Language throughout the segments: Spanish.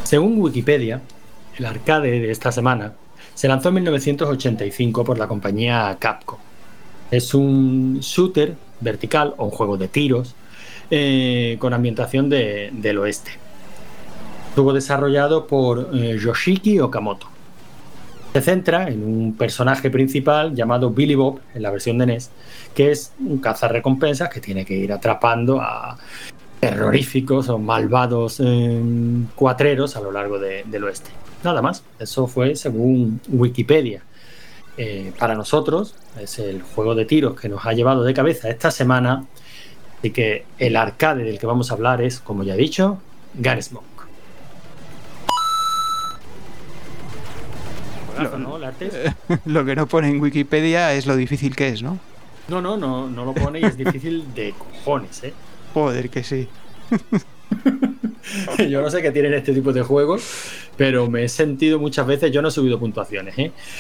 Según Wikipedia, el arcade de esta semana se lanzó en 1985 por la compañía Capcom. Es un shooter vertical o un juego de tiros con ambientación del oeste. Estuvo desarrollado por Yoshiki Okamoto. Se centra en un personaje principal llamado Billy Bob en la versión de NES, que es un cazarrecompensas que tiene que ir atrapando a terroríficos o malvados cuatreros a lo largo del oeste. Nada más, eso fue según Wikipedia. Para nosotros es el juego de tiros que nos ha llevado de cabeza esta semana, así que el arcade del que vamos a hablar es, como ya he dicho, Gunsmoke. ¿No? Lo que no pone en Wikipedia es lo difícil que es, ¿no? No lo pone y es difícil de cojones, ¿eh? Joder, que sí. Yo no sé qué tienen este tipo de juegos, pero me he sentido muchas veces, yo no he subido puntuaciones,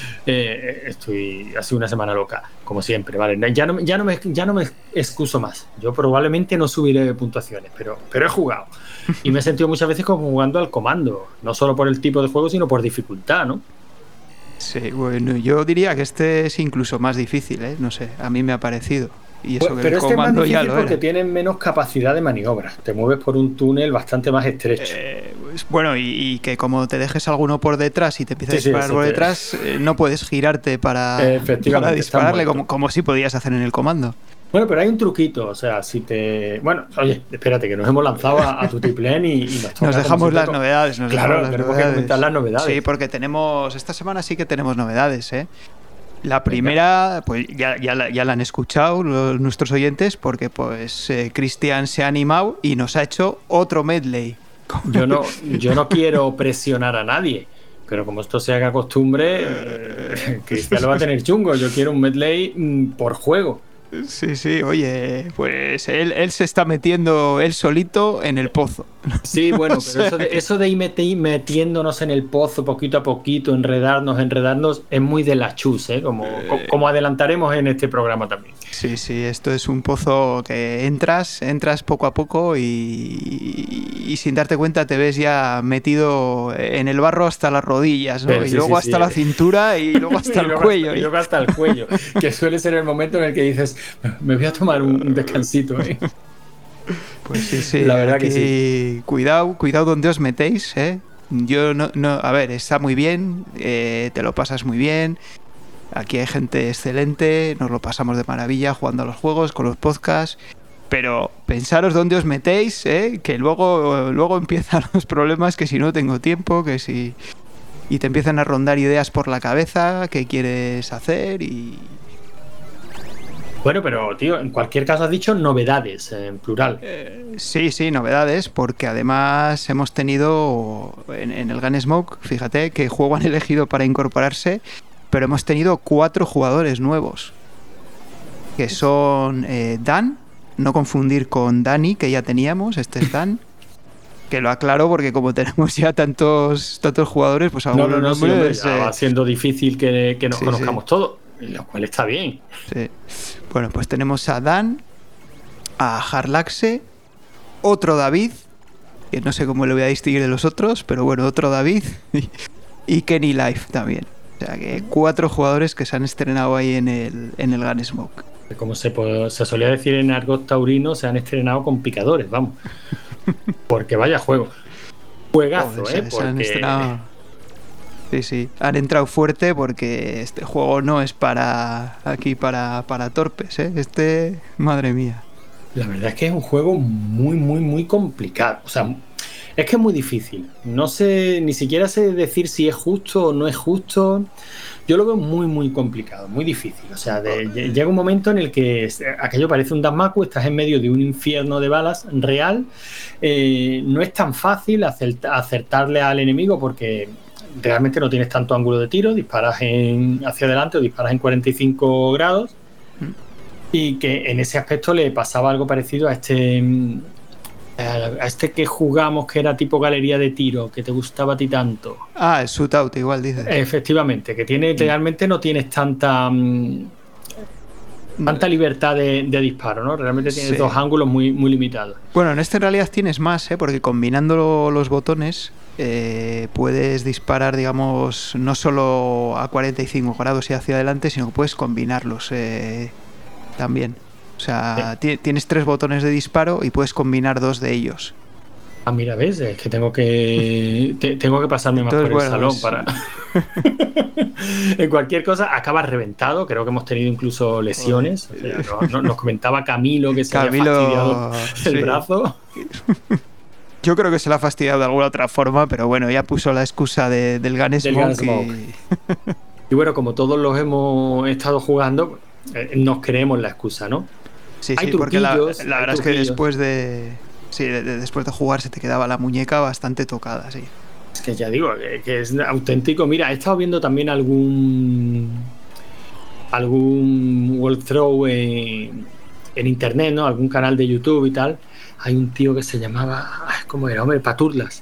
ha sido una semana loca, como siempre, ¿vale? Ya no me excuso más. Yo probablemente no subiré puntuaciones, pero he jugado. Y me he sentido muchas veces como jugando al comando, no solo por el tipo de juego, sino por dificultad, ¿no? Sí, bueno, yo diría que este es incluso más difícil, ¿eh? No sé, a mí me ha parecido. Y eso, pero este es más difícil porque era. tiene menos capacidad de maniobra. Te mueves por un túnel bastante más estrecho. Bueno, y que como te dejes alguno por detrás y te empiezas a disparar por detrás, no puedes girarte para dispararle como si podías hacer en el comando. Bueno, pero hay un truquito, o sea, si te... Bueno, oye, espérate, que nos hemos lanzado a Tutiplén y nos dejamos las novedades. Claro, tenemos que comentar las novedades. Sí, porque esta semana sí que tenemos novedades, ¿eh? La primera, pues ya la han escuchado nuestros oyentes, porque pues Cristian se ha animado y nos ha hecho otro medley. Yo no quiero presionar a nadie, pero como esto se haga costumbre, Cristian lo va a tener chungo. Yo quiero un medley por juego. Sí, oye, pues él se está metiendo él solito en el pozo. Sí, bueno, pero eso de ir metiéndonos en el pozo poquito a poquito, enredarnos, es muy de la chus, ¿eh? Como adelantaremos en este programa también. Sí, esto es un pozo que entras poco a poco y sin darte cuenta te ves ya metido en el barro hasta las rodillas, ¿no? Y luego hasta la cintura y luego hasta el cuello. Y luego hasta el cuello, que suele ser el momento en el que dices, me voy a tomar un descansito, ¿eh? Pues sí, la verdad que sí. Cuidado donde os metéis, ¿eh? Yo a ver, está muy bien, te lo pasas muy bien. Aquí hay gente excelente, nos lo pasamos de maravilla jugando a los juegos, con los podcasts. Pero pensaros dónde os metéis, ¿eh? Que luego empiezan los problemas, que si no tengo tiempo, que si... Y te empiezan a rondar ideas por la cabeza, qué quieres hacer y... Bueno, pero tío, en cualquier caso has dicho novedades, en plural. Sí, novedades, porque además hemos tenido en el Gunsmoke, fíjate qué juego han elegido para incorporarse, pero hemos tenido 4 jugadores nuevos, que son Dan, no confundir con Dani, que ya teníamos, este es Dan, que lo aclaro porque como tenemos ya tantos jugadores, pues algunos nombres... Sí, va siendo difícil que nos conozcamos todos, lo cual está bien. Sí. Bueno, pues tenemos a Dan, a Harlaxe, otro David, que no sé cómo le voy a distinguir de los otros, pero bueno, otro David, y Kenny Life también. O sea que 4 jugadores que se han estrenado ahí en el Gunsmoke. Como se solía decir en argot taurino, se han estrenado con picadores, vamos. Porque vaya juego. Juegazo, Joder, se han estrenado... Sí, han entrado fuerte porque este juego no es para torpes, ¿eh? Madre mía. La verdad es que es un juego muy, muy, muy complicado. O sea, es que es muy difícil. No sé, ni siquiera sé decir si es justo o no es justo. Yo lo veo muy, muy complicado, muy difícil. O sea, llega un momento en el que aquello parece un Danmaku, estás en medio de un infierno de balas real. No es tan fácil acertarle al enemigo porque realmente no tienes tanto ángulo de tiro, disparas hacia adelante o disparas en 45 grados. Y que en ese aspecto le pasaba algo parecido a este que jugamos, que era tipo galería de tiro, que te gustaba a ti tanto. Ah, el Shootout, igual dices. Efectivamente, que realmente no tienes tanta libertad de disparo, ¿no? Realmente tienes 2 ángulos muy, muy limitados. Bueno, en este en realidad tienes más, porque combinando los botones puedes disparar, digamos, no solo a 45 grados y hacia adelante, sino que puedes combinarlos también. O sea, tienes 3 botones de disparo y puedes combinar 2 de ellos. Ah, mira, ves, es que tengo que pasarme entonces, más por el salón para... En cualquier cosa, acabas reventado. Creo que hemos tenido incluso lesiones. O sea, nos comentaba Camilo que se había fastidiado el brazo. Yo creo que se la ha fastidiado de alguna otra forma, pero bueno, ya puso la excusa del Gunsmoke. Y bueno, como todos los hemos estado jugando, nos creemos la excusa, ¿no? Sí, porque la verdad es que después de jugar se te quedaba la muñeca bastante tocada, sí. Es que ya digo, que es auténtico. Mira, he estado viendo también algún walkthrough en internet, ¿no? Algún canal de YouTube y tal. Hay un tío que se llamaba, ¿cómo era? Hombre, Paturlas,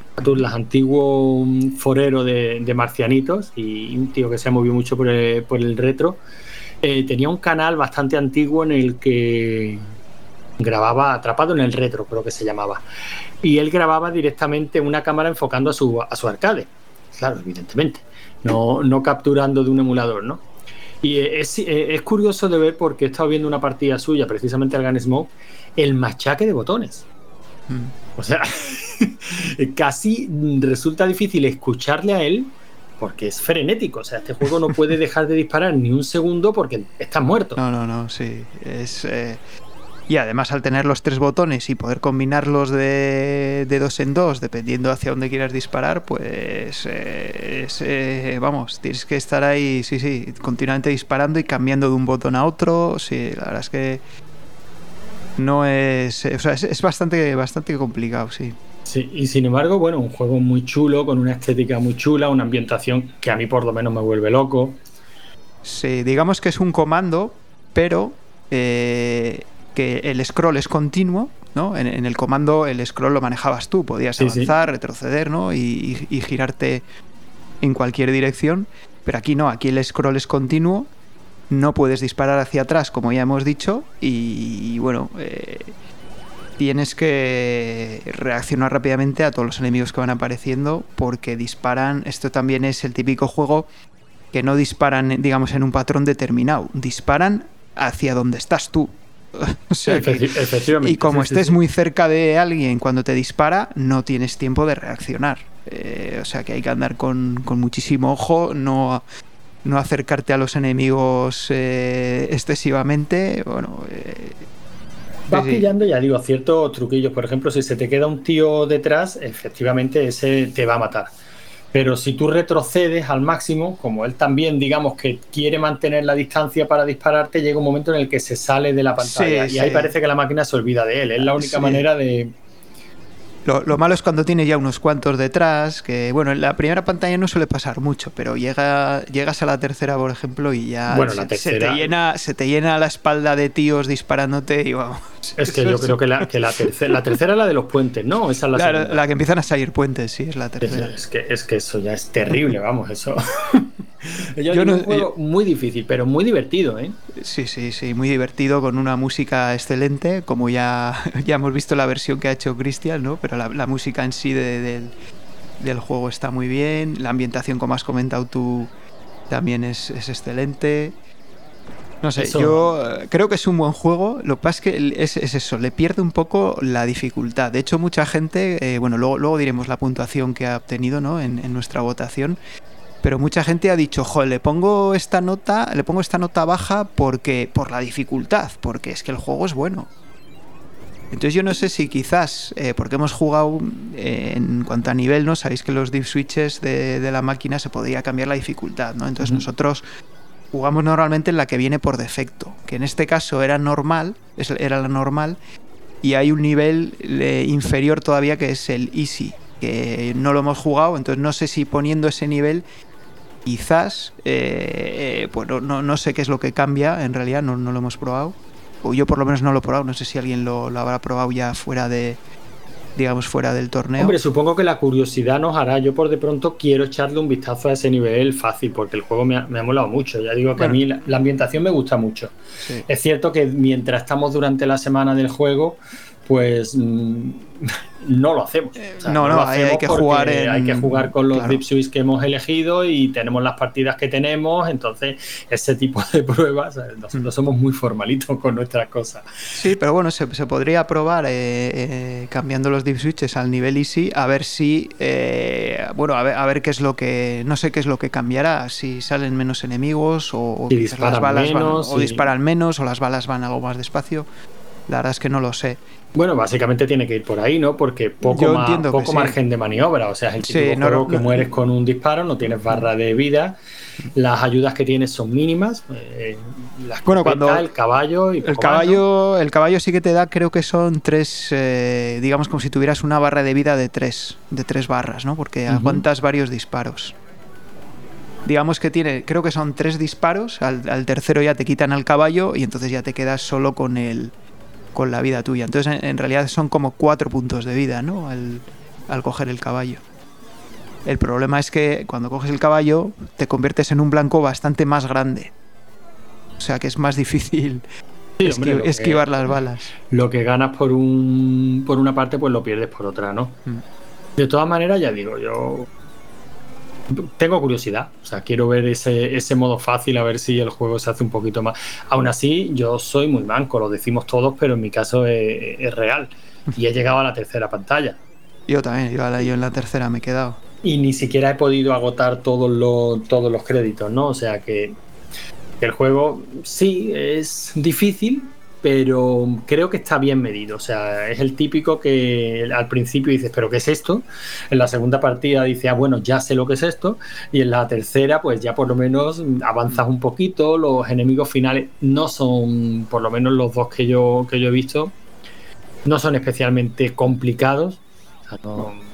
antiguo forero de marcianitos, y un tío que se ha movido mucho por el retro. Tenía un canal bastante antiguo en el que grababa Atrapado en el Retro, creo que se llamaba, y él grababa directamente una cámara enfocando a su arcade, claro, evidentemente, no capturando de un emulador, ¿no? Y es curioso de ver, porque he estado viendo una partida suya precisamente al Gunsmoke, el machaque de botones. O sea, casi resulta difícil escucharle a él porque es frenético. O sea, este juego no puede dejar de disparar ni un segundo porque estás muerto. No, sí. Y además, al tener los 3 botones y poder combinarlos de 2 en 2, dependiendo hacia dónde quieras disparar, pues vamos, tienes que estar ahí, sí, continuamente disparando y cambiando de un botón a otro. Sí, la verdad es que no es... O sea, es bastante complicado, sí. Sí, y sin embargo, bueno, un juego muy chulo, con una estética muy chula, una ambientación que a mí por lo menos me vuelve loco. Sí, digamos que es un comando, pero que el scroll es continuo, ¿no? En el comando el scroll lo manejabas tú, podías avanzar, retroceder, ¿no? Y girarte en cualquier dirección, pero aquí no, aquí el scroll es continuo, no puedes disparar hacia atrás, como ya hemos dicho, y bueno, tienes que reaccionar rápidamente a todos los enemigos que van apareciendo, porque disparan. Esto también es el típico juego que no disparan, digamos, en un patrón determinado, disparan hacia donde estás tú. O sea efectivamente. Y como estés muy cerca de alguien cuando te dispara, no tienes tiempo de reaccionar. O sea que hay que andar con muchísimo ojo, no acercarte a los enemigos excesivamente. Bueno, vas pillando, ya digo, ciertos truquillos. Por ejemplo, si se te queda un tío detrás, efectivamente ese te va a matar. Pero si tú retrocedes al máximo, como él también, digamos, que quiere mantener la distancia para dispararte, llega un momento en el que se sale de la pantalla. Y ahí parece que la máquina se olvida de él. Es la única manera de... Lo malo es cuando tiene ya unos cuantos detrás, que bueno, en la primera pantalla no suele pasar mucho, pero llegas a la tercera, por ejemplo, y ya se te llena la espalda de tíos disparándote y vamos. Es que yo creo que la tercera es la de los puentes, ¿no? Esa es la que empiezan a salir puentes, sí, es la tercera. Es que eso ya es terrible, vamos, eso. Un juego muy difícil, pero muy divertido, ¿eh? Sí, muy divertido, con una música excelente, como ya hemos visto la versión que ha hecho Cristian, ¿no? Pero la música en sí del juego está muy bien, la ambientación, como has comentado tú, también es excelente. No sé, yo creo que es un buen juego. Lo que pasa es que es eso, le pierde un poco la dificultad. De hecho, mucha gente, bueno, luego diremos la puntuación que ha obtenido, ¿no? en nuestra votación. Pero mucha gente ha dicho, le pongo esta nota baja por la dificultad, porque es que el juego es bueno. Entonces yo no sé si quizás, porque hemos jugado en cuanto a nivel, ¿no? Sabéis que los div switches de la máquina se podría cambiar la dificultad, ¿no? Entonces nosotros jugamos normalmente en la que viene por defecto, que en este caso era la normal, y hay un nivel inferior todavía que es el easy, que no lo hemos jugado, entonces no sé si poniendo ese nivel quizás, bueno, no sé qué es lo que cambia, en realidad no lo hemos probado, o yo por lo menos no lo he probado, no sé si alguien lo habrá probado ya fuera del torneo. Hombre, supongo que la curiosidad nos hará. Yo por de pronto quiero echarle un vistazo a ese nivel fácil, porque el juego me ha molado mucho. Ya digo que a mí la ambientación me gusta mucho. Sí. Es cierto que mientras estamos durante la semana del juego, pues no lo hacemos. O sea, no lo hacemos, hay que jugar hay que jugar con los claro. Deep Swiss que hemos elegido y tenemos las partidas que tenemos, entonces ese tipo de pruebas, nosotros somos muy formalitos con nuestras cosas. Sí, pero bueno, se podría probar cambiando los Deep Switches al nivel Easy, a ver si a ver qué es lo que, no sé qué es lo que cambiará, si salen menos enemigos o si disparan las balas menos, o disparan menos o las balas van algo más despacio. La verdad es que no lo sé. Bueno, básicamente tiene que ir por ahí, ¿no? Porque poco margen de maniobra. O sea, es el típico juego que mueres con un disparo, no tienes barra de vida. Las ayudas que tienes son mínimas. La escopeta, el caballo y poco más, ¿no? El caballo sí que te da, creo que son 3, digamos como si tuvieras una barra de vida de 3 barras, ¿no? Porque aguantas varios disparos. Digamos que creo que son 3 disparos, al tercero ya te quitan al caballo y entonces ya te quedas solo con la vida tuya. Entonces en realidad son como 4 puntos de vida, ¿no? Al coger el caballo. El problema es que cuando coges el caballo te conviertes en un blanco bastante más grande. O sea que es más difícil esquivar las balas. Lo que ganas por una parte, pues lo pierdes por otra, ¿no? De todas maneras, ya digo, yo tengo curiosidad, o sea, quiero ver ese modo fácil, a ver si el juego se hace un poquito más. Aún así, yo soy muy manco, lo decimos todos, pero en mi caso es real. Y he llegado a la tercera pantalla. Yo también, yo en la tercera me he quedado. Y ni siquiera he podido agotar todos los créditos, ¿no? O sea que el juego sí es difícil, pero creo que está bien medido. O sea, es el típico que al principio dices, ¿pero qué es esto? En la segunda partida dices, bueno, ya sé lo que es esto. Y en la tercera, pues ya por lo menos avanzas un poquito. Los enemigos finales no son, por lo menos los dos que yo he visto, no son especialmente complicados. O sea,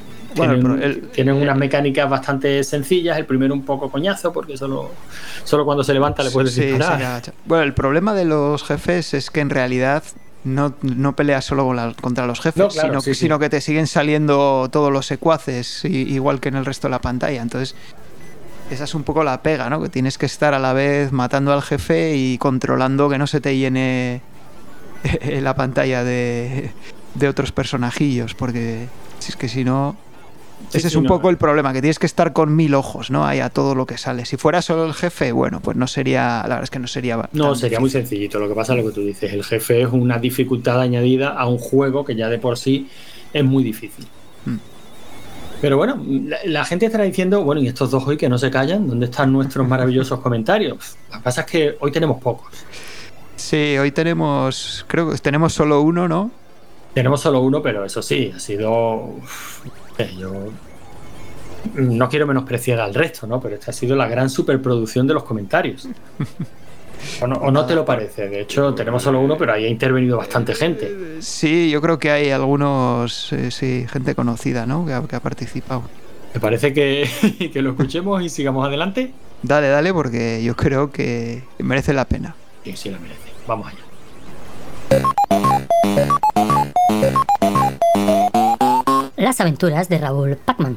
tienen unas mecánicas bastante sencillas. El primero un poco coñazo porque solo cuando se levanta le puedes disparar. Bueno, el problema de los jefes es que en realidad no peleas solo contra los jefes, no, claro, sino que te siguen saliendo todos los secuaces igual que en el resto de la pantalla. Entonces esa es un poco la pega, ¿no? Que tienes que estar a la vez matando al jefe y controlando que no se te llene la pantalla de otros personajillos, porque si es que si no... Ese es un poco el problema, que tienes que estar con 1000 ojos, ¿no? Ahí a todo lo que sale. Si fuera solo el jefe, bueno, pues no sería... La verdad es que no sería... No, sería muy sencillito. Lo que pasa es lo que tú dices. El jefe es una dificultad añadida a un juego que ya de por sí es muy difícil. Pero bueno, la gente estará diciendo, bueno, y estos dos hoy que no se callan, ¿dónde están nuestros maravillosos comentarios? Lo que pasa es que hoy tenemos pocos. Sí, hoy creo que tenemos solo uno, ¿no? Tenemos solo uno, pero eso sí, ha sido... Yo no quiero menospreciar al resto, ¿no? Pero esta ha sido la gran superproducción de los comentarios. ¿O no te lo parece? De hecho, tenemos solo uno, pero ahí ha intervenido bastante gente. Sí, yo creo que hay algunos, gente conocida, ¿no? Que ha participado. ¿Te parece que lo escuchemos y sigamos adelante? Dale, porque yo creo que merece la pena. Sí, la merece. Vamos allá. Las aventuras de Raúl Pacman.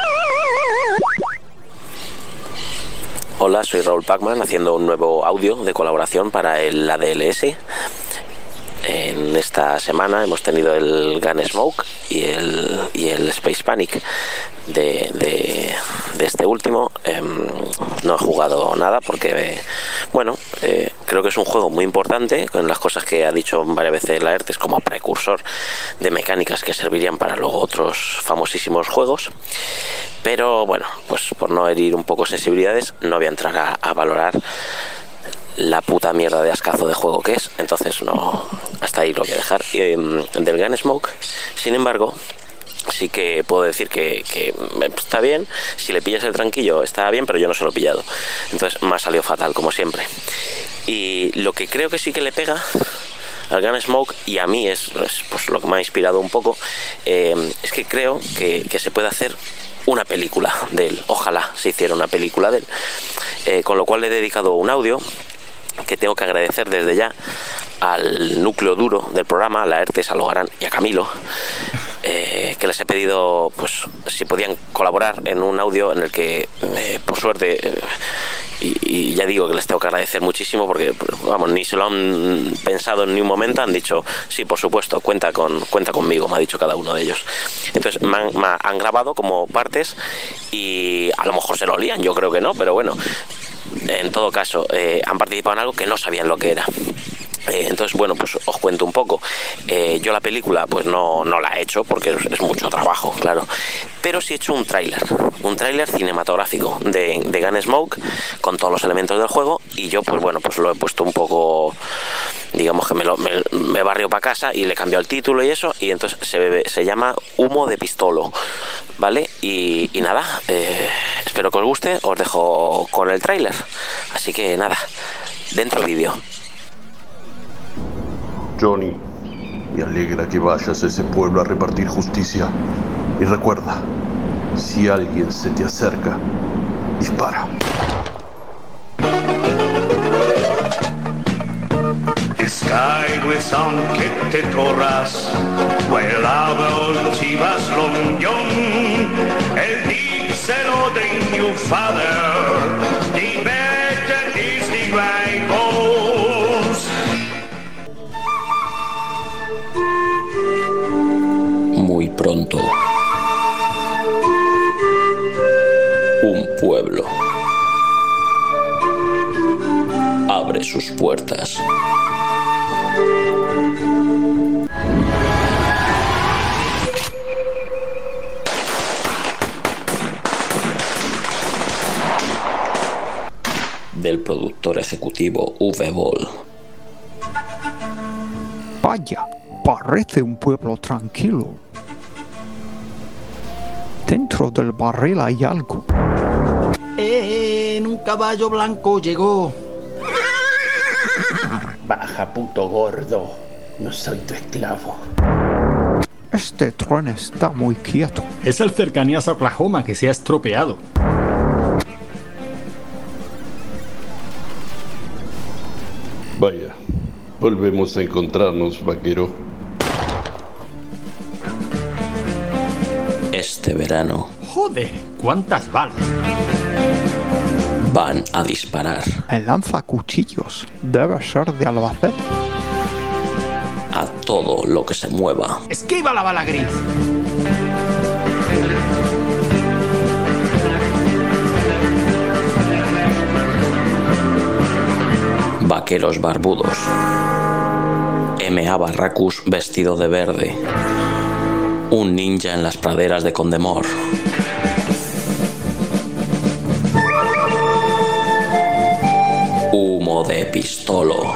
Hola, soy Raúl Pacman haciendo un nuevo audio de colaboración para el ADLS. En esta semana hemos tenido el Gunsmoke y el Space Panic de este último. No he jugado nada porque, creo que es un juego muy importante, con las cosas que ha dicho varias veces Laertes como precursor de mecánicas que servirían para luego otros famosísimos juegos. Pero bueno, pues por no herir un poco sensibilidades, no voy a entrar a valorar la puta mierda de ascazo de juego que es, entonces no, hasta ahí lo voy a dejar. Del Gunsmoke, sin embargo, sí que puedo decir que está bien. Si le pillas el tranquillo está bien, pero yo no se lo he pillado, entonces me ha salido fatal como siempre. Y lo que creo que sí que le pega al Gunsmoke, y a mí es pues lo que me ha inspirado un poco, es que creo que se puede hacer una película de él. Ojalá se hiciera una película de él, con lo cual le he dedicado un audio que tengo que agradecer desde ya al núcleo duro del programa, a Laertes, a Logarán y a Camilo, que les he pedido pues si podían colaborar en un audio en el que por suerte y ya digo que les tengo que agradecer muchísimo porque, vamos, ni se lo han pensado en ni un momento, han dicho, sí, por supuesto, cuenta conmigo, me ha dicho cada uno de ellos. Entonces me han grabado como partes y a lo mejor se lo lían, yo creo que no, pero bueno, en todo caso, han participado en algo que no sabían lo que era. Entonces, bueno, pues os cuento un poco. Yo la película pues no la he hecho porque es mucho trabajo, claro, pero sí he hecho un tráiler cinematográfico de Gunsmoke con todos los elementos del juego, y yo pues bueno, pues lo he puesto un poco, digamos que me barrio para casa y le he cambiado el título y eso, y entonces se llama Humo de Pistolo, ¿vale? Y nada, espero que os guste, os dejo con el tráiler, así que nada, dentro vídeo. Johnny, me alegra que vayas a ese pueblo a repartir justicia. Y recuerda, si alguien se te acerca, dispara. Skyway aunque te corras, vuelava chivas longión, el díselo de your father, the better is the right goes. Muy pronto, un pueblo abre sus puertas. Del productor ejecutivo Uwe Boll. Vaya, parece un pueblo tranquilo. Dentro del barril hay algo. En un caballo blanco llegó. Baja, puto gordo. No soy tu esclavo. Este tren está muy quieto. Es el Cercanías a Oklahoma que se ha estropeado. Vaya, volvemos a encontrarnos, vaquero. Este verano Joder, cuántas balas. van a disparar El lanzacuchillos debe ser de Albacete. a todo lo que se mueva. Esquiva la bala gris. Vaqueros barbudos. M.A. Barracus vestido de verde. Un ninja en las praderas de Condemor. Humo de pistolo.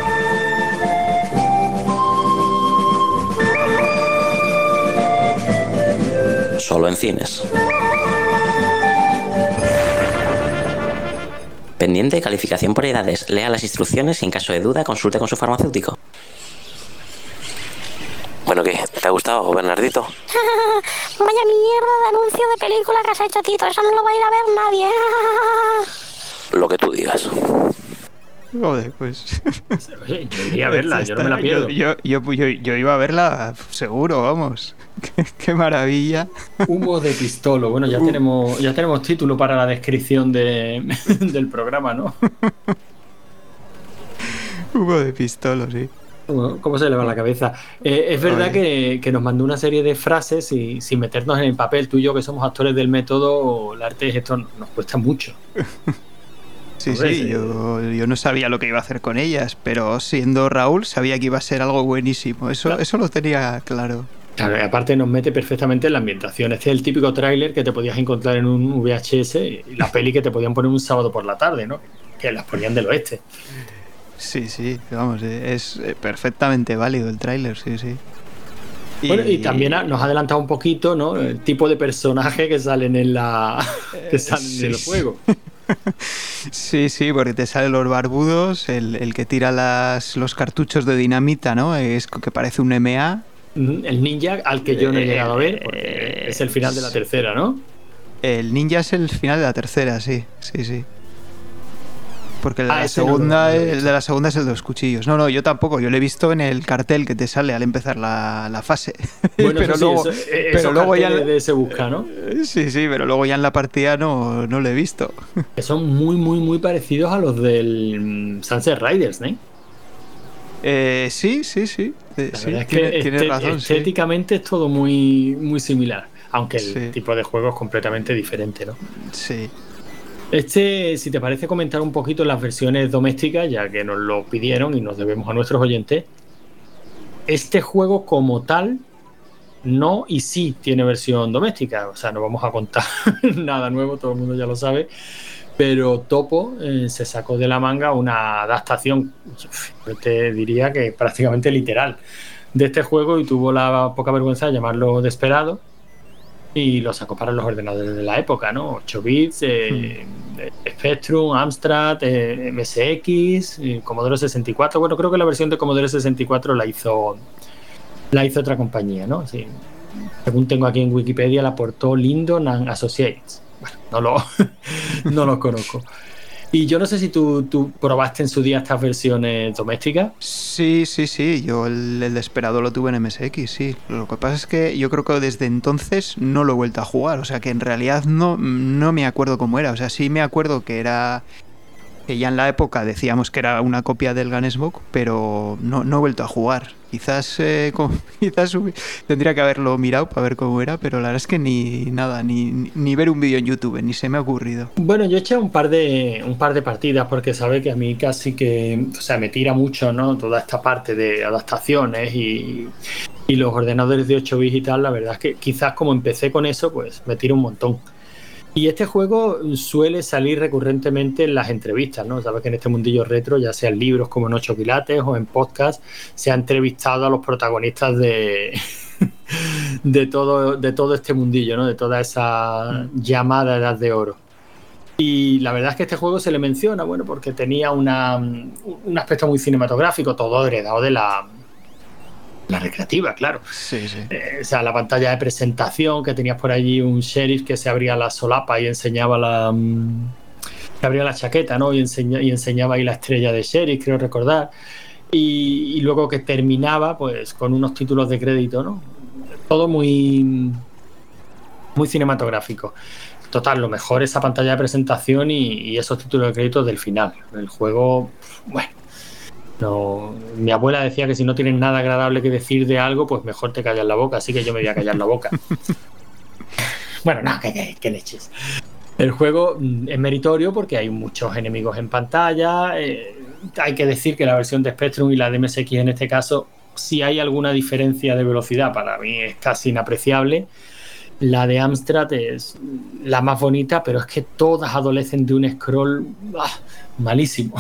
Solo en cines. Pendiente de calificación por edades. Lea las instrucciones y en caso de duda consulte con su farmacéutico. Bueno, ¿qué? ¿Te ha gustado, Bernardito? Vaya mierda de anuncio de película que has hecho, Tito. Eso no lo va a ir a ver nadie. Lo que tú digas. Joder, pues. Oye, yo iría a verla, yo no me la pierdo. Yo iba a verla seguro, vamos. Qué maravilla. Humo de pistolo. Bueno, ya tenemos título para la descripción del programa, ¿no? Humo de pistolo, sí. ¿Cómo se le va la cabeza? Es verdad que nos mandó una serie de frases y sin meternos en el papel, tú y yo que somos actores del método, el arte de esto nos cuesta mucho. Sí, yo no sabía lo que iba a hacer con ellas, pero siendo Raúl sabía que iba a ser algo buenísimo. Eso lo tenía claro. Claro, y aparte nos mete perfectamente en la ambientación. Este es el típico tráiler que te podías encontrar en un VHS y la peli que te podían poner un sábado por la tarde, ¿no? Que las ponían del oeste. Sí, vamos, es perfectamente válido el tráiler, sí. Bueno, y también nos ha adelantado un poquito, ¿no? El tipo de personaje que salen en el juego. Sí, porque te salen los barbudos, el que tira los cartuchos de dinamita, ¿no? Es que parece un MA. El ninja, al que yo no he llegado a ver, porque es el final de la tercera, ¿no? El ninja es el final de la tercera, sí. Porque el de la segunda es el de los cuchillos. No, yo tampoco. Yo lo he visto en el cartel que te sale al empezar la fase. Bueno, pero luego ya se busca, ¿no? Sí, pero luego ya en la partida no lo he visto. Que son muy, muy, muy parecidos a los del Sunset Riders, ¿no? Sí. La verdad es que tienes razón, estéticamente es todo muy, muy similar. Aunque el tipo de juego es completamente diferente, ¿no? Sí. Si te parece comentar un poquito las versiones domésticas, ya que nos lo pidieron y nos debemos a nuestros oyentes. Este juego como tal, no y sí tiene versión doméstica. O sea, no vamos a contar nada nuevo, todo el mundo ya lo sabe. Pero Topo se sacó de la manga una adaptación, yo te diría que prácticamente literal, de este juego y tuvo la poca vergüenza de llamarlo Desperado. Y lo sacó para los ordenadores de la época, ¿no? 8 bits, Spectrum, Amstrad, MSX, Commodore 64. Bueno, creo que la versión de Commodore 64 la hizo otra compañía, ¿no? Sí. Según tengo aquí en Wikipedia, la aportó Lindon and Associates. Bueno, no los conozco. Y yo no sé si tú probaste en su día estas versiones domésticas. Sí. Yo el Desperado lo tuve en MSX, sí. Lo que pasa es que yo creo que desde entonces no lo he vuelto a jugar. O sea que en realidad no me acuerdo cómo era. O sea, sí me acuerdo que era... que ya en la época decíamos que era una copia del Gunsmoke, pero no he vuelto a jugar. Quizás tendría que haberlo mirado para ver cómo era, pero la verdad es que ni ver un vídeo en YouTube, ni se me ha ocurrido. Bueno, yo he hecho un par de partidas porque sabe que a mí casi que, o sea, me tira mucho, ¿no? Toda esta parte de adaptaciones y los ordenadores de 8 bits y tal. La verdad es que quizás como empecé con eso, pues me tira un montón. Y este juego suele salir recurrentemente en las entrevistas, ¿no? Sabes que en este mundillo retro, ya sea en libros como en 8 quilates o en podcast, se ha entrevistado a los protagonistas de todo este mundillo, ¿no? De toda esa llamada edad de oro. Y la verdad es que este juego se le menciona, bueno, porque tenía un aspecto muy cinematográfico, todo heredado de la recreativa, claro. Sí. O sea, la pantalla de presentación, que tenías por allí un sheriff que se abría la solapa y enseñaba se abría la chaqueta, ¿no? Y enseñaba ahí la estrella de sheriff, creo recordar. Y luego que terminaba, pues, con unos títulos de crédito, ¿no? Todo muy, muy cinematográfico. Total, lo mejor esa pantalla de presentación y esos títulos de crédito del final. El juego, bueno. No, mi abuela decía que si no tienes nada agradable que decir de algo, pues mejor te callas la boca, así que yo me voy a callar la boca. Bueno, no, que leches. El juego es meritorio porque hay muchos enemigos en pantalla. Hay que decir que la versión de Spectrum y la de MSX en este caso, si hay alguna diferencia de velocidad, para mí es casi inapreciable. La de Amstrad es la más bonita, pero es que todas adolecen de un scroll malísimo.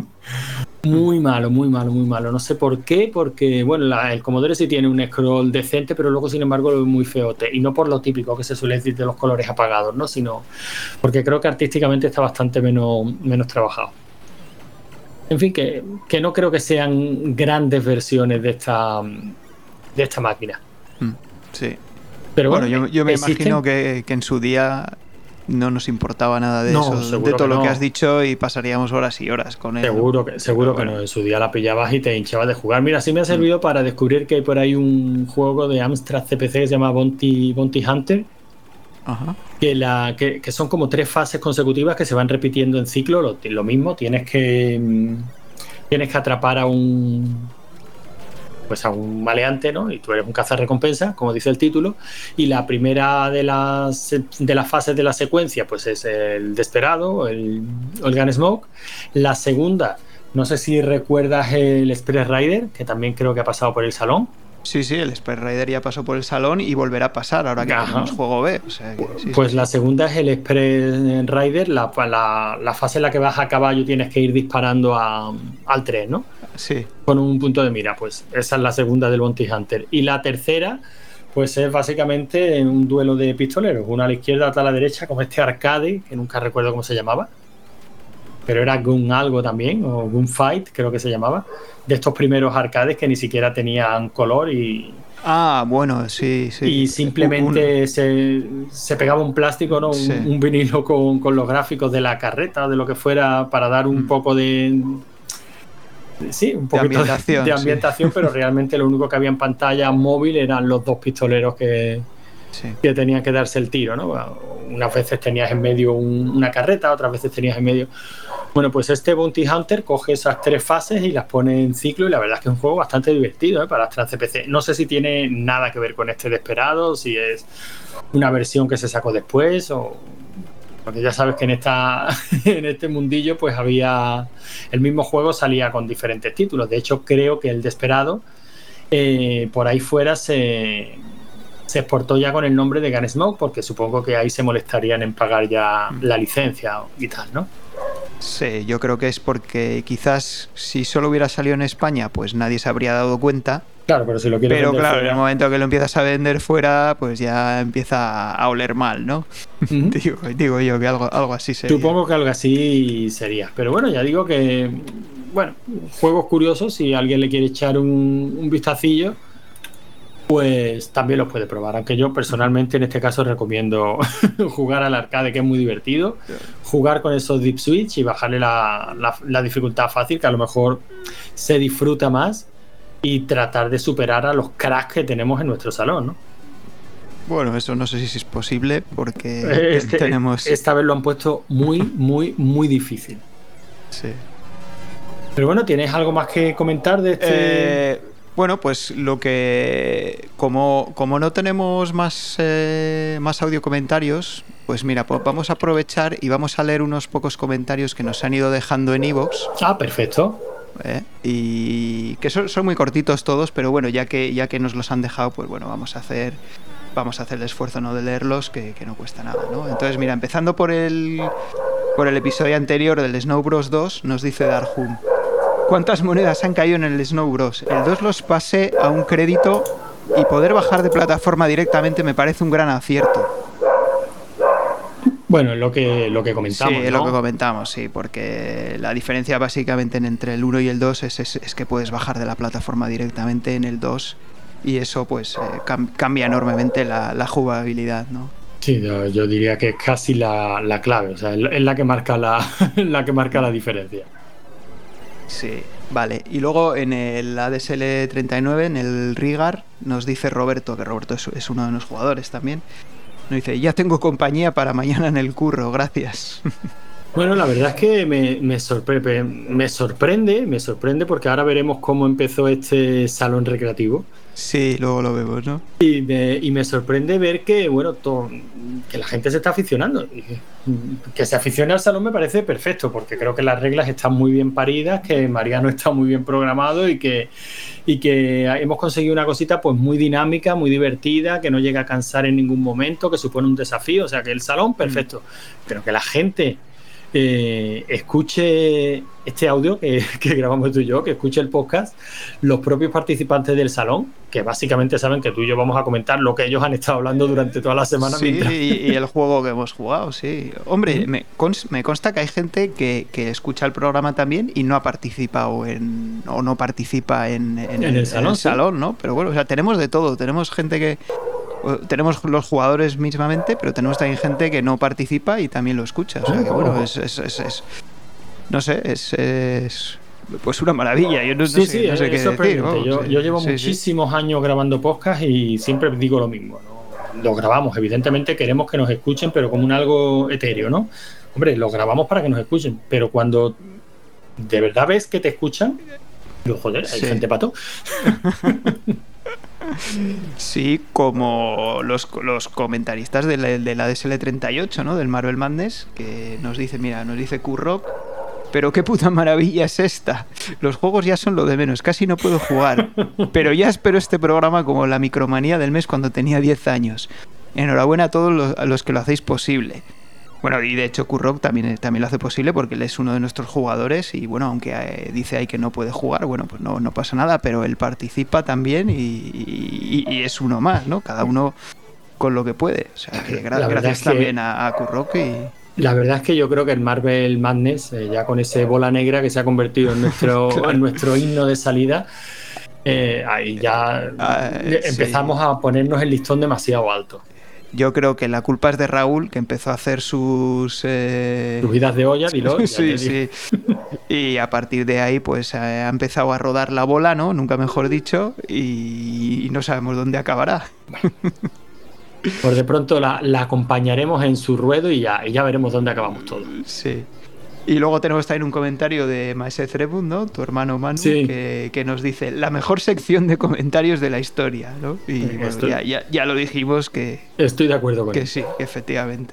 Muy malo. No sé por qué, porque bueno, el Commodore sí tiene un scroll decente, pero luego sin embargo lo es muy feote. Y no por lo típico que se suele decir de los colores apagados, ¿no? Sino porque creo que artísticamente está bastante menos trabajado. En fin, que no creo que sean grandes versiones de esta máquina. Sí. Pero bueno, yo me imagino que en su día no nos importaba nada de eso, de todo lo que has dicho, y pasaríamos horas y horas con él. Seguro que no. En su día la pillabas y te hinchabas de jugar. Mira, sí me ha servido para descubrir que hay por ahí un juego de Amstrad CPC que se llama Bounty Hunter. Ajá. Que son como 3 fases consecutivas que se van repitiendo en ciclo. Lo mismo, tienes que atrapar a un maleante, ¿no? Y tú eres un cazarrecompensa, como dice el título, y la primera de las fases de la secuencia pues es el Desperado, el Gunsmoke. La segunda, no sé si recuerdas el Express Rider, que también creo que ha pasado por el salón. Sí, el Express Rider ya pasó por el salón y volverá a pasar ahora que tenemos juego B. O sea que, la segunda es el Express Rider, la fase en la que vas a caballo, tienes que ir disparando al tren, ¿no? Sí. Con un punto de mira, pues esa es la segunda del Bounty Hunter. Y la tercera, pues es básicamente un duelo de pistoleros, una a la izquierda, otra a la derecha, como este arcade, que nunca recuerdo cómo se llamaba, pero era Gun algo también, o Gunfight creo que se llamaba, de estos primeros arcades que ni siquiera tenían color y Ah, bueno, sí. Y simplemente se pegaba un plástico, ¿no? Un vinilo con los gráficos de la carreta o de lo que fuera para dar un poco de... Sí, un poquito de ambientación, pero realmente lo único que había en pantalla móvil eran los dos pistoleros que tenían que darse el tiro, ¿no? Unas veces tenías en medio una carreta, otras veces tenías en medio... Bueno, pues este Bounty Hunter coge esas 3 fases y las pone en ciclo, y la verdad es que es un juego bastante divertido, ¿eh? Para las CPC. No sé si tiene nada que ver con este Desperado, si es una versión que se sacó después o... Porque ya sabes que en este mundillo pues había... El mismo juego salía con diferentes títulos. De hecho, creo que el Desperado por ahí fuera se exportó ya con el nombre de Gunsmoke, porque supongo que ahí se molestarían en pagar ya la licencia y tal, ¿no? Sí, yo creo que es porque quizás si solo hubiera salido en España, pues nadie se habría dado cuenta. Claro, pero si lo quieres vender claro, fuera... en el momento que lo empiezas a vender fuera, pues ya empieza a oler mal, ¿no? Digo yo que algo así sería. Supongo que algo así sería. Pero bueno, ya digo que... Bueno, juegos curiosos, si alguien le quiere echar un vistacillo, pues también los puede probar. Aunque yo personalmente en este caso recomiendo jugar al arcade, que es muy divertido, jugar con esos Deep Switch y bajarle la dificultad fácil, que a lo mejor se disfruta más, y tratar de superar a los cracks que tenemos en nuestro salón, ¿no? Bueno, eso no sé si es posible porque tenemos... Esta vez lo han puesto muy, muy, muy difícil. Sí. Pero bueno, ¿tienes algo más que comentar de este...? Bueno, pues lo que... Como no tenemos más audio comentarios, pues mira, pues vamos a aprovechar y vamos a leer unos pocos comentarios que nos han ido dejando en iVoox. Ah, perfecto. Y que son muy cortitos todos, pero bueno, ya que nos los han dejado, pues bueno, vamos a hacer el esfuerzo, ¿no?, de leerlos, que no cuesta nada, ¿no? Entonces, mira, empezando por el episodio anterior del Snow Bros 2, nos dice Darhum: ¿cuántas monedas han caído en el Snow Bros? El 2 los pasé a un crédito y poder bajar de plataforma directamente me parece un gran acierto. Bueno, lo que comentamos, sí, ¿no? Lo que comentamos, sí, porque la diferencia básicamente entre el 1 y el 2 es que puedes bajar de la plataforma directamente en el 2, y eso pues cambia enormemente la jugabilidad, ¿no? Sí, yo diría que es casi la clave, o sea, es la que marca la diferencia. Sí, vale. Y luego en el ADSL 39, en el Rigar, nos dice Roberto, que Roberto es uno de los jugadores también. Nos dice: ya tengo compañía para mañana en el curro, gracias. Bueno, la verdad es que me sorprende porque ahora veremos cómo empezó este salón recreativo. Sí, luego lo vemos, ¿no? Y me sorprende ver que, bueno, que la gente se está aficionando. Que se aficione al salón me parece perfecto, porque creo que las reglas están muy bien paridas, que Mariano está muy bien programado y que hemos conseguido una cosita pues muy dinámica, muy divertida, que no llega a cansar en ningún momento, que supone un desafío. O sea, que el salón, perfecto. Pero que la gente escuche este audio que grabamos tú y yo, que escuche el podcast, los propios participantes del salón, que básicamente saben que tú y yo vamos a comentar lo que ellos han estado hablando durante toda la semana. Sí, y el juego que hemos jugado, sí. Hombre, me consta que hay gente que escucha el programa también y no ha participado o no participa en el salón, ¿no? Pero bueno, o sea, tenemos de todo. Tenemos gente que... Tenemos los jugadores mismamente, pero tenemos también gente que no participa y también lo escucha. O sea que bueno, no sé, es pues una maravilla. Yo no sé qué decir. Yo llevo muchísimos años grabando podcast y siempre digo lo mismo, ¿no? Lo grabamos, evidentemente queremos que nos escuchen, pero como un algo etéreo, ¿no? Hombre, lo grabamos para que nos escuchen, pero cuando de verdad ves que te escuchan, digo, joder, hay gente pato. Sí, como los comentaristas de la ADSL 38, ¿no? Del Marvel Madness, que nos dice Kurrock: pero qué puta maravilla es esta. Los juegos ya son lo de menos, casi no puedo jugar. Pero ya espero este programa como la micromanía del mes cuando tenía 10 años. Enhorabuena a todos los que lo hacéis posible. Bueno, y de hecho Kurrock también lo hace posible porque él es uno de nuestros jugadores y bueno, aunque dice ahí que no puede jugar, bueno, pues no pasa nada, pero él participa también y es uno más, ¿no? Cada uno con lo que puede. O sea, que gracias también a Kurrock y... La verdad es que yo creo que el Marvel Madness, ya con ese bola negra que se ha convertido en nuestro, claro, en nuestro himno de salida, ahí ya empezamos a ponernos el listón demasiado alto. Yo creo que la culpa es de Raúl, que empezó a hacer sus vidas de olla, dilo. Sí. Y a partir de ahí, pues ha empezado a rodar la bola, ¿no? Nunca mejor dicho, y no sabemos dónde acabará. Por de pronto la acompañaremos en su ruedo y ya veremos dónde acabamos todos. Sí. Y luego tenemos también un comentario de Maese Trebun, ¿no? Tu hermano Manu, sí. que nos dice la mejor sección de comentarios de la historia, ¿no? Y bueno, ya lo dijimos que... Estoy de acuerdo con que él. Sí, efectivamente.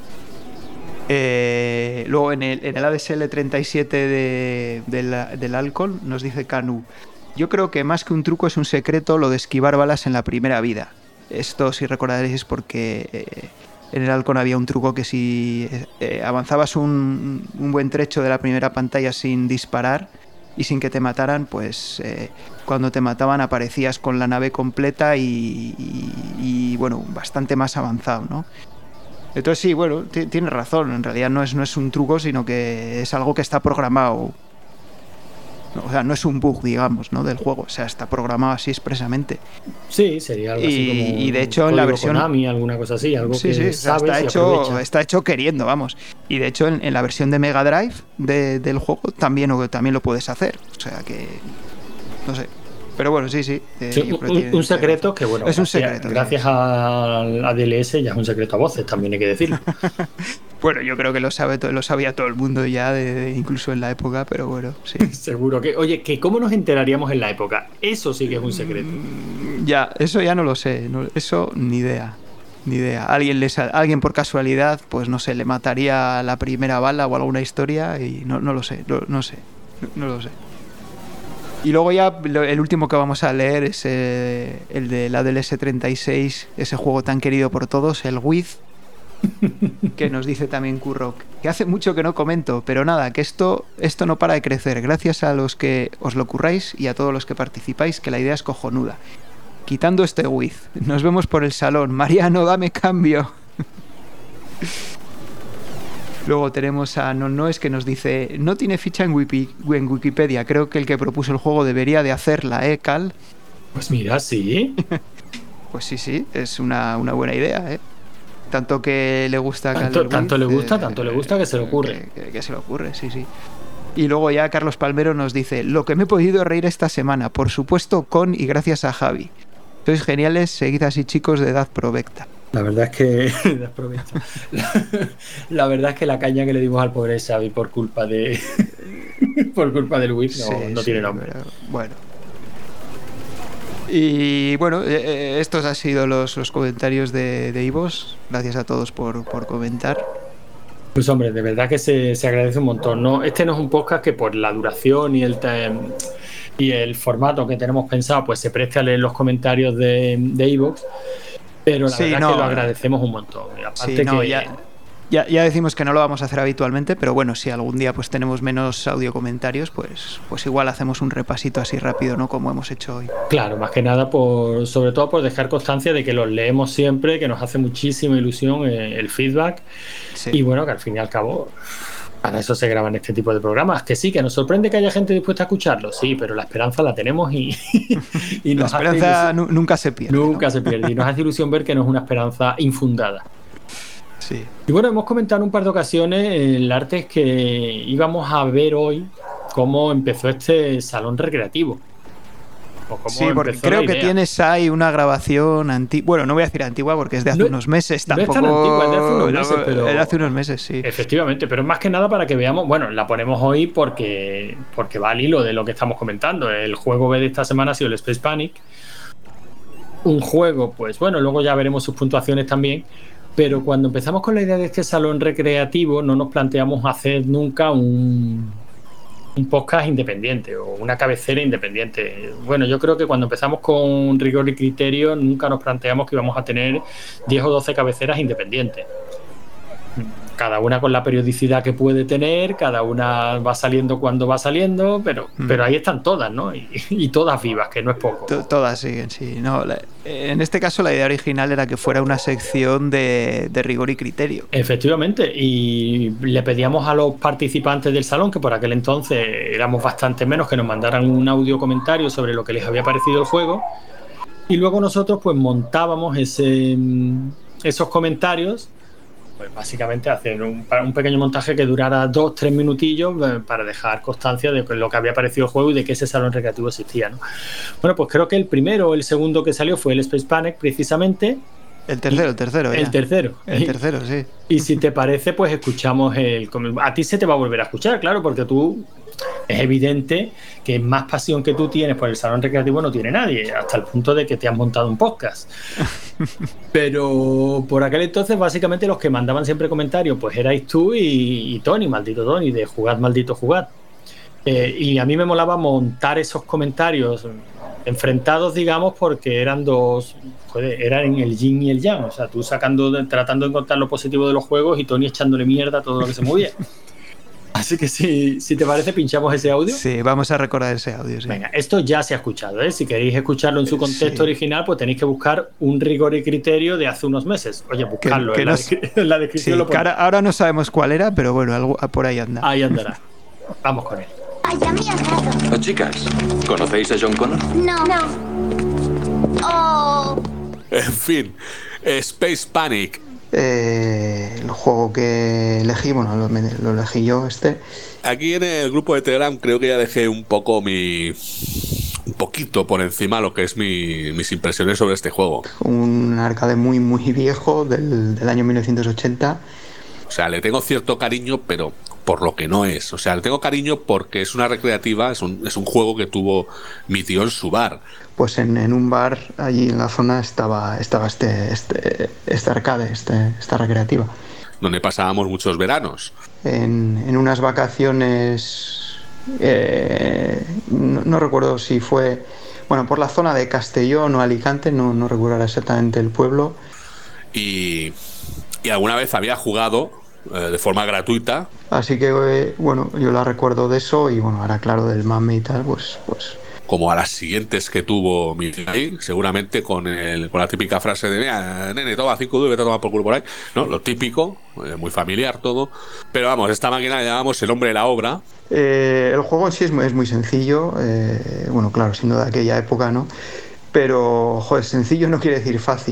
Luego en el ADSL 37 del alcohol nos dice Canu: yo creo que más que un truco es un secreto lo de esquivar balas en la primera vida. Esto, si recordaréis, es porque... en el Halcón había un truco que si avanzabas un buen trecho de la primera pantalla sin disparar y sin que te mataran, pues cuando te mataban aparecías con la nave completa y bueno, bastante más avanzado, ¿no? Entonces sí, bueno, tienes razón, en realidad no es un truco, sino que es algo que está programado. O sea, no es un bug, digamos, ¿no? del juego, o sea, está programado así expresamente. Sí, sería algo así como... Y de hecho en la versión... Konami, alguna cosa así, algo sí, que sabes está hecho queriendo, vamos. Y de hecho en la versión de Mega Drive del juego también lo puedes hacer. O sea que... no sé. Pero bueno, sí. Un secreto que, bueno, es un secreto. Gracias a DLS ya es un secreto a voces, también hay que decirlo. Bueno, yo creo que lo sabía todo el mundo ya, incluso en la época, pero bueno, sí. Seguro que... Oye, que ¿cómo nos enteraríamos en la época? Eso sí que es un secreto. Ya, eso ya no lo sé. Eso ni idea. Alguien por casualidad, pues no sé, le mataría la primera bala o alguna historia y no lo sé. No lo sé. Y luego ya el último que vamos a leer es el de la DLS 36, ese juego tan querido por todos, el Wiz, que nos dice también Curro, que hace mucho que no comento, pero nada, que esto no para de crecer, gracias a los que os lo curráis y a todos los que participáis, que la idea es cojonuda. Quitando este Wiz, nos vemos por el salón. Mariano, dame cambio. Luego tenemos a Nonoes, que nos dice: no tiene ficha en Wikipedia, creo que el que propuso el juego debería de hacerla, Cal. Pues mira, sí. Pues sí, es una buena idea, Tanto que le gusta a Cal. Tanto le gusta que se le ocurre. Que se le ocurre, sí. Y luego ya Carlos Palmero nos dice: lo que me he podido reír esta semana, por supuesto con y gracias a Javi. Sois geniales, seguid así, chicos de edad provecta. La verdad es que la verdad es que la caña que le dimos al pobre Xavi por culpa del Wii no tiene nombre. Bueno. Y bueno, estos han sido los comentarios de Ivos. Gracias a todos por comentar. Pues hombre, de verdad que se agradece un montón, ¿no? Este no es un podcast que por la duración y el formato que tenemos pensado, pues se preste a leer los comentarios de iVoox. Pero la verdad es que lo agradecemos un montón. Aparte ya decimos que no lo vamos a hacer habitualmente, pero bueno, si algún día pues tenemos menos audio comentarios, pues igual hacemos un repasito así rápido, ¿no? Como hemos hecho hoy. Claro, más que nada sobre todo por dejar constancia de que los leemos siempre, que nos hace muchísima ilusión el feedback. Sí. Y bueno, que al fin y al cabo para eso se graban este tipo de programas. Que sí, que nos sorprende que haya gente dispuesta a escucharlo, sí, pero la esperanza la tenemos y la esperanza nunca se pierde. Nunca se pierde. Y nos hace ilusión ver que no es una esperanza infundada. Sí. Y bueno, hemos comentado en un par de ocasiones el arte que íbamos a ver hoy cómo empezó este salón recreativo. Sí, porque creo que tienes ahí una grabación antigua. Bueno, no voy a decir antigua porque es de hace unos meses. Tampoco. No es tan antigua, es de hace unos meses, pero. Es de hace unos meses, sí. Efectivamente, pero es más que nada para que veamos. Bueno, la ponemos hoy porque va al hilo de lo que estamos comentando. El juego B de esta semana ha sido el Space Panic. Un juego, pues bueno, luego ya veremos sus puntuaciones también. Pero cuando empezamos con la idea de este salón recreativo, no nos planteamos hacer nunca un podcast independiente o una cabecera independiente. Bueno, yo creo que cuando empezamos con Rigor y Criterio nunca nos planteamos que íbamos a tener 10 o 12 cabeceras independientes. Cada una con la periodicidad que puede tener, cada una va saliendo cuando va saliendo, pero ahí están todas, ¿no? Y todas vivas, que no es poco. Todas siguen, sí. No, en este caso la idea original era que fuera una sección de rigor y criterio. Efectivamente, y le pedíamos a los participantes del salón, que por aquel entonces éramos bastante menos, que nos mandaran un audio comentario sobre lo que les había parecido el juego, y luego nosotros pues montábamos esos comentarios, pues básicamente hacer un pequeño montaje que durara 2-3 minutillos para dejar constancia de lo que había parecido el juego y de que ese salón recreativo existía, ¿no? Bueno, pues creo que el primero o el segundo que salió fue el Space Panic, precisamente. El tercero. El tercero, sí. Y si te parece, pues escuchamos a ti se te va a volver a escuchar, claro, porque tú... Es evidente que más pasión que tú tienes por el salón recreativo no tiene nadie, hasta el punto de que te has montado un podcast. Pero por aquel entonces, básicamente, los que mandaban siempre comentarios, pues erais tú y Tony, maldito Tony, de Jugad, maldito Jugad. Y a mí me molaba montar esos comentarios enfrentados, digamos, porque eran eran el yin y el yang. O sea, tú tratando de encontrar lo positivo de los juegos y Tony echándole mierda a todo lo que se movía. Así que si te parece, pinchamos ese audio. Sí, vamos a recordar ese audio. Sí. Venga, esto ya se ha escuchado, ¿eh? Si queréis escucharlo en su contexto original, pues tenéis que buscar un rigor y criterio de hace unos meses. Oye, buscarlo, en la descripción sí, lo ponéis. Ahora no sabemos cuál era, pero bueno, algo por ahí anda. Ahí andará. Vamos con él. Vaya, me ha dado. Chicas, ¿conocéis a John Connor? No. Oh. En fin, Space Panic. El juego que elegí, bueno, lo elegí yo, Aquí en el grupo de Telegram creo que ya dejé un poquito por encima lo que es mis impresiones sobre este juego. Un arcade muy, muy viejo del año 1980. O sea, le tengo cierto cariño, pero por lo que no es. O sea, le tengo cariño porque es una recreativa, es un juego que tuvo mi tío en su bar. Pues en un bar allí en la zona estaba este arcade, esta recreativa. Donde pasábamos muchos veranos. En unas vacaciones, no recuerdo si fue, bueno, por la zona de Castellón o Alicante, no recuerdo exactamente el pueblo. Y alguna vez había jugado de forma gratuita. Así que, bueno, yo la recuerdo de eso y, bueno, ahora claro, del mame y tal, pues... Como a las siguientes que tuvo mi ahí, seguramente con la típica frase de mira, nene, toma 5 duros y vete a tomar por culo por ahí, ¿no? Lo típico, muy familiar todo. Pero vamos, esta máquina la llamamos el hombre de la obra. El juego en sí es muy sencillo, bueno, claro, siendo de aquella época, ¿no? Pero, joder, sencillo no quiere decir fácil.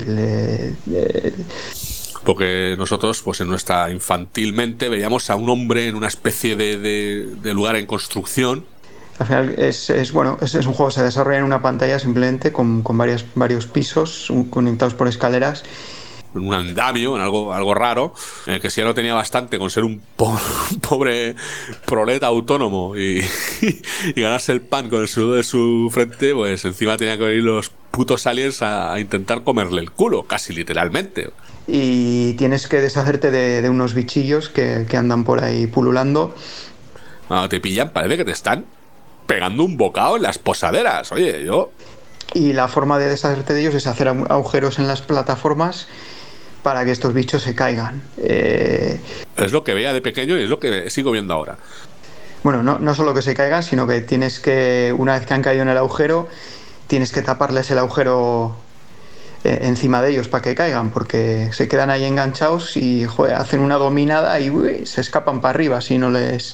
Porque nosotros, pues en nuestra infantilmente, veíamos a un hombre en una especie de lugar en construcción. Al final es un juego que se desarrolla en una pantalla simplemente con varios pisos conectados por escaleras. En un andamio, en algo raro, en el que si ya no tenía bastante con ser un pobre proleta autónomo y ganarse el pan con el sudor de su frente, pues encima tenía que venir los putos aliens a intentar comerle el culo, casi literalmente. Y tienes que deshacerte de unos bichillos que andan por ahí pululando. Cuando te pillan, parece que te están pegando un bocado en las posaderas, oye, yo... Y la forma de deshacerte de ellos es hacer agujeros en las plataformas para que estos bichos se caigan. Es lo que veía de pequeño y es lo que sigo viendo ahora. Bueno, no solo que se caigan, sino que tienes que, una vez que han caído en el agujero, tienes que taparles el agujero encima de ellos para que caigan, porque se quedan ahí enganchados y, joder, hacen una dominada y se escapan para arriba si no les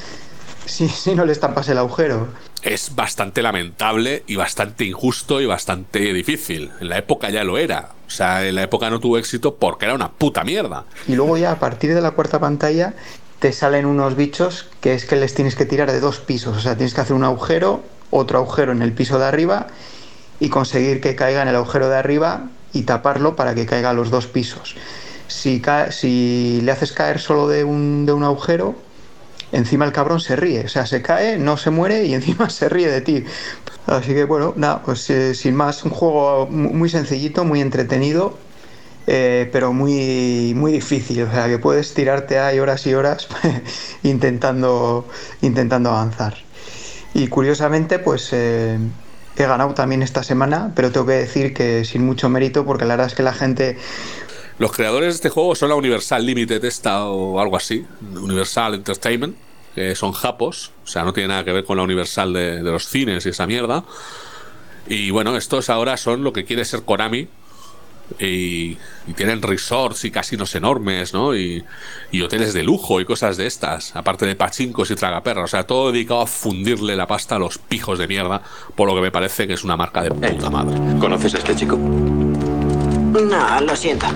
tapas el agujero. Es bastante lamentable y bastante injusto y bastante difícil. En la época ya lo era. O sea, en la época no tuvo éxito porque era una puta mierda. Y luego ya a partir de la cuarta pantalla te salen unos bichos que es que les tienes que tirar de 2 pisos. O sea, tienes que hacer un agujero, otro agujero en el piso de arriba y conseguir que caiga en el agujero de arriba y taparlo para que caiga a los 2 pisos. Si le haces caer solo de un agujero, encima el cabrón se ríe, o sea, se cae, no se muere y encima se ríe de ti. Así que bueno, nada, pues sin más, un juego muy sencillito, muy entretenido, pero muy, muy difícil, o sea, que puedes tirarte ahí horas y horas intentando avanzar. Y curiosamente, pues he ganado también esta semana, pero tengo que decir que sin mucho mérito, porque la verdad es que la gente... Los creadores de este juego son la Universal Limited o algo así, Universal Entertainment, que son japos, o sea, no tiene nada que ver con la Universal de los cines y esa mierda. Y bueno, estos ahora son lo que quiere ser Konami. Y tienen resorts y casinos enormes, ¿no? Y hoteles de lujo y cosas de estas, aparte de pachincos y tragaperras, o sea, todo dedicado a fundirle la pasta a los pijos de mierda, por lo que me parece que es una marca de puta madre. ¿Conoces a este chico? No, lo siento.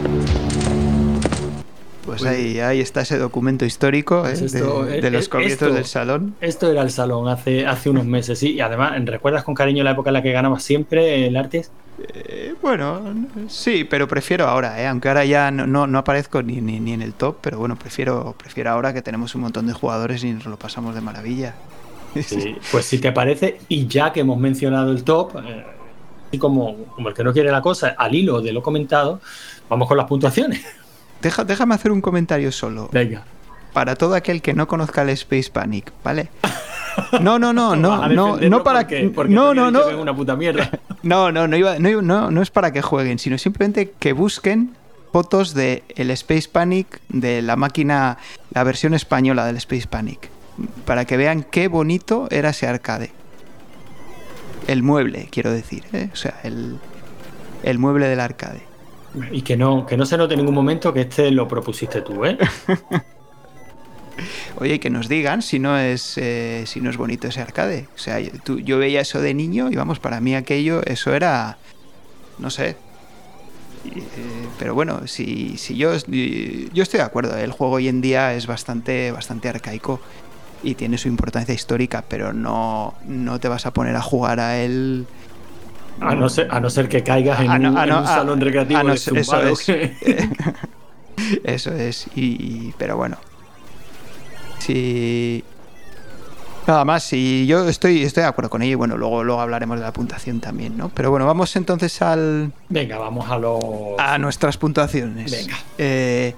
Pues ahí está ese documento histórico, pues de los comienzos del salón. Esto era el salón hace unos meses, sí. Y además, ¿recuerdas con cariño la época en la que ganabas siempre el Arties? Bueno, sí, pero prefiero ahora, aunque ahora ya no aparezco ni en el top, pero bueno, prefiero ahora que tenemos un montón de jugadores y nos lo pasamos de maravilla. Sí, pues si te parece, y ya que hemos mencionado el top, y como el que no quiere la cosa, al hilo de lo comentado, vamos con las puntuaciones. Déjame hacer un comentario solo. Venga. Para todo aquel que no conozca el Space Panic, ¿vale? No para que una puta mierda. No es para que jueguen, sino simplemente que busquen fotos de el Space Panic, de la máquina, la versión española del Space Panic, para que vean qué bonito era ese arcade. El mueble, quiero decir, o sea, el mueble del arcade. Y que no se note en ningún momento que este lo propusiste tú, ¿eh? Oye, que nos digan si no es bonito ese arcade. O sea, yo veía eso de niño y vamos, para mí eso era, no sé. Pero bueno, si yo estoy de acuerdo. El juego hoy en día es bastante arcaico y tiene su importancia histórica, pero no te vas a poner a jugar a él. A no ser que caigas en un salón recreativo de zumbado. Eso es. Pero bueno. Sí. Nada más, si yo estoy de acuerdo con ello y bueno, luego hablaremos de la puntuación también, ¿no? Pero bueno, vamos entonces Venga, vamos a nuestras puntuaciones. Venga.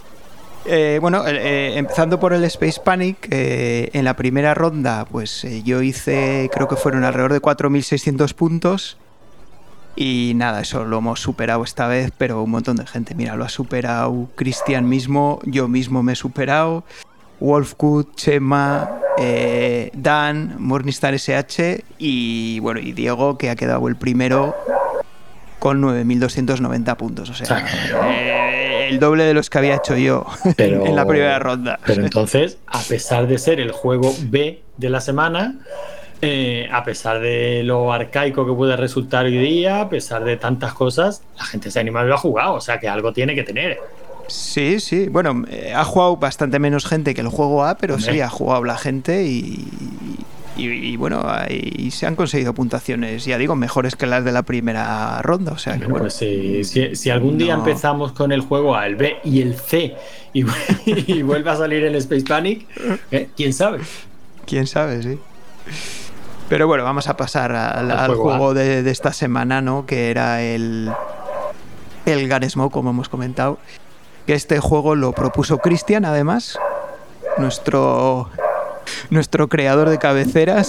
Empezando por el Space Panic, en la primera ronda, pues yo hice, creo que fueron alrededor de 4.600 puntos. Y nada, eso lo hemos superado esta vez, pero un montón de gente. Mira, lo ha superado Cristian mismo, yo mismo me he superado, Wolfcut, Chema, Dan, Morningstar SH y bueno, y Diego, que ha quedado el primero con 9.290 puntos. O sea, el doble de los que había hecho yo en la primera ronda. Pero entonces, a pesar de ser el juego B de la semana, a pesar de lo arcaico que puede resultar hoy día, a pesar de tantas cosas, la gente se ha animado y lo ha jugado, o sea que algo tiene que tener. Sí, bueno, ha jugado bastante menos gente que el juego A, pero sí ha jugado la gente y bueno, ahí se han conseguido puntuaciones, ya digo, mejores que las de la primera ronda, o sea que bueno. Pues si algún día empezamos con el juego A, el B y el C y vuelve a salir el Space Panic, ¿quién sabe? ¿Quién sabe, sí? Pero bueno, vamos a pasar al juego de esta semana, ¿no? Que era el Gunsmoke, como hemos comentado. Que este juego lo propuso Cristian, además, nuestro creador de cabeceras.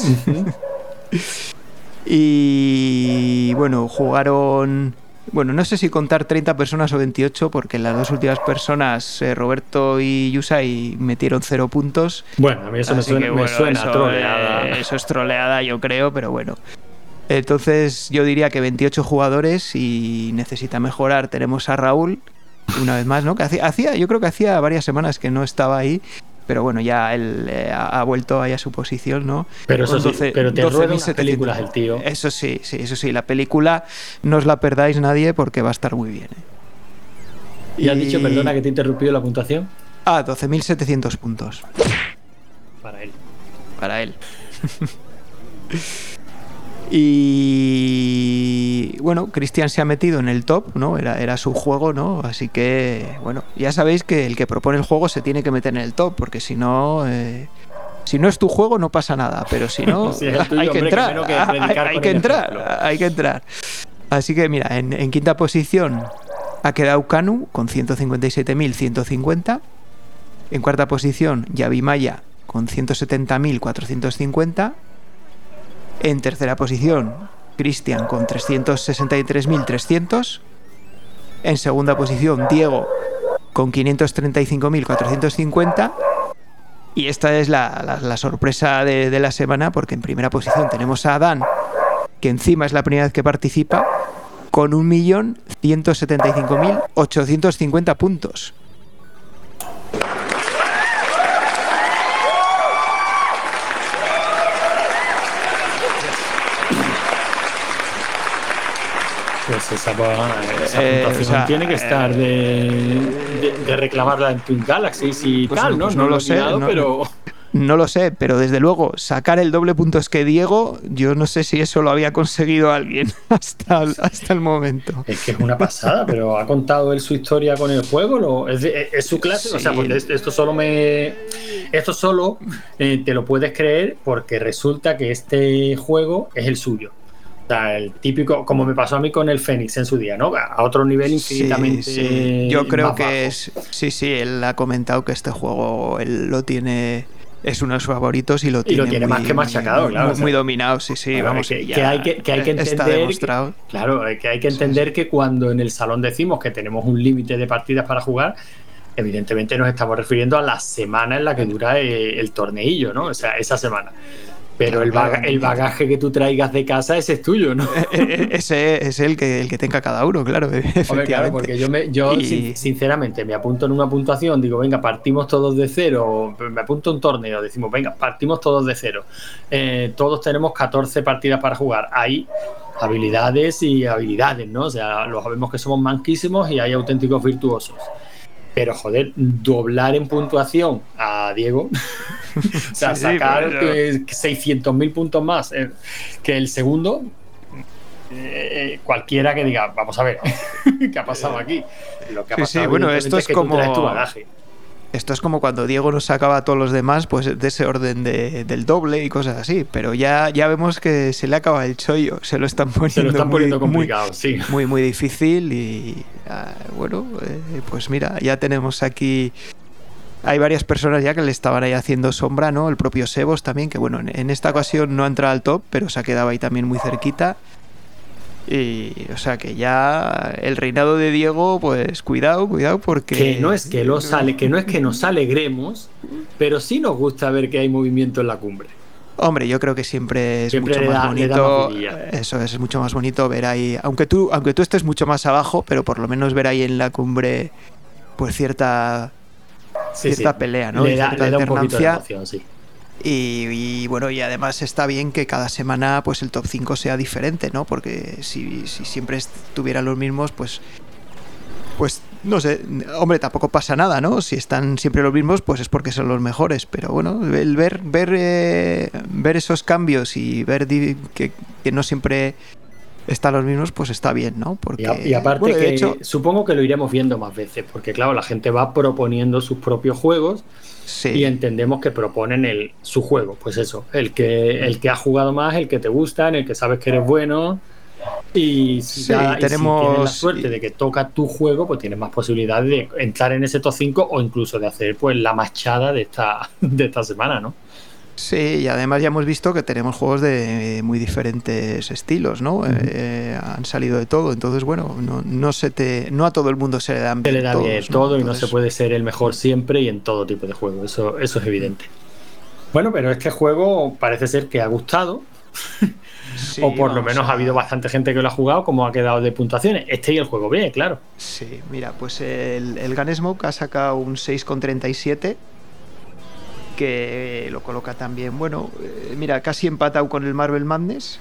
Y bueno, jugaron... Bueno, no sé si contar 30 personas o 28, porque las dos últimas personas, Roberto y Yusai, metieron 0 puntos. Bueno, a mí eso me suena a troleada. Eso es troleada, yo creo, pero bueno. Entonces yo diría que 28 jugadores y necesita mejorar. Tenemos a Raúl, una vez más, ¿no? Que yo creo que hacía varias semanas que no estaba ahí. Pero bueno, ya él ha vuelto ahí a su posición, ¿no? Pero eso sí, pero te rueda unas películas el tío. Eso sí, la película no os la perdáis nadie porque va a estar muy bien. ¿Y has dicho, perdona que te he interrumpido la puntuación? 12.700 puntos. Para él. Y bueno, Cristian se ha metido en el top, ¿no? Era su juego, ¿no? Así que, bueno, ya sabéis que el que propone el juego se tiene que meter en el top, porque si no es tu juego no pasa nada, pero si no, hay que entrar. Hay que entrar. Así que mira, en quinta posición ha quedado Kanu con 157.150. En cuarta posición, Yavimaya con 170.450. En tercera posición, Cristian con 363.300. En segunda posición, Diego, con 535.450. Y esta es la sorpresa de la semana, porque en primera posición tenemos a Adán, que encima es la primera vez que participa, con 1.175.850 puntos. Pues esa puntuación tiene que estar de reclamarla en Twin Galaxies y pues tal, ¿no? No lo sé, pero... No lo sé, pero desde luego sacar el doble puntos que Diego, yo no sé si eso lo había conseguido alguien hasta el momento. Es que es una pasada, pero ¿ha contado él su historia con el juego? ¿Es su clase? Sí. O sea, porque esto solo te lo puedes creer porque resulta que este juego es el suyo. O sea, el típico, como me pasó a mí con el Fénix en su día, ¿no? A otro nivel infinitamente. Sí. Yo creo que bajo. Sí, él ha comentado que este juego él lo tiene. Es uno de sus favoritos y lo tiene más que machacado, claro. Muy dominado, sí. Claro, vamos, que hay que entender. Está demostrado. Claro, que hay que entender que cuando en el salón decimos que tenemos un límite de partidas para jugar, evidentemente nos estamos refiriendo a la semana en la que dura el torneillo, ¿no? O sea, esa semana. Pero claro, el bagaje que tú traigas de casa, ese es tuyo, ¿no? Ese es el que tenga cada uno, claro. Hombre, claro, porque yo sinceramente me apunto en una puntuación, digo, venga, partimos todos de cero, me apunto a un torneo, decimos, venga, partimos todos de cero. Todos tenemos 14 partidas para jugar. Hay habilidades y habilidades, ¿no? O sea, lo sabemos que somos manquísimos y hay auténticos virtuosos. Pero, joder, doblar en puntuación a Diego, o sea, sacar 600.000 puntos más que el segundo, cualquiera que diga, vamos a ver, ¿qué ha pasado aquí? Lo que ha pasado bueno, esto es como... tú traes tu bagaje. Esto es como cuando Diego nos sacaba a todos los demás, pues de ese orden del doble y cosas así. Pero ya vemos que se le acaba el chollo. Se lo están poniendo complicado, sí. Muy difícil. Y pues mira, ya tenemos aquí. Hay varias personas ya que le estaban ahí haciendo sombra, ¿no? El propio Sebos también, que bueno, en esta ocasión no ha entrado al top, pero se ha quedado ahí también muy cerquita. Y, o sea, que ya el reinado de Diego, pues cuidado, porque... Que no es que nos alegremos, pero sí nos gusta ver que hay movimiento en la cumbre. Hombre, yo creo que siempre es mucho más bonito. Eso es mucho más bonito ver ahí, aunque tú estés mucho más abajo, pero por lo menos ver ahí en la cumbre, pues cierta pelea, ¿no? Le da un poquito de emoción, sí. Y bueno, y además está bien que cada semana pues el top 5 sea diferente, ¿no? Porque si siempre estuvieran los mismos, pues no sé, hombre, tampoco pasa nada, ¿no? Si están siempre los mismos, pues es porque son los mejores. Pero bueno, el ver esos cambios y ver que no siempre están los mismos, pues está bien, ¿no? Porque, y aparte que hecho, supongo que lo iremos viendo más veces, porque claro, la gente va proponiendo sus propios juegos. Sí. Y entendemos que proponen su juego, pues eso, el que ha jugado más, el que te gusta, en el que sabes que eres bueno. Y si tienes la suerte de que toca tu juego, pues tienes más posibilidades de entrar en ese top 5 o incluso de hacer pues la machada de esta semana, ¿no? Sí, y además ya hemos visto que tenemos juegos de muy diferentes estilos, ¿no? Han salido de todo, entonces bueno, no a todo el mundo se le dan bien. Se le da bien todo, y no se puede ser el mejor siempre y en todo tipo de juego, eso es evidente. Bueno, pero este juego parece ser que ha gustado. Sí, o por lo menos ha habido bastante gente que lo ha jugado, como ha quedado de puntuaciones. Y el juego bien, claro. Sí, mira, pues el Gunsmoke ha sacado un 6,37, que lo coloca también, bueno, mira, casi empatado con el Marvel Madness.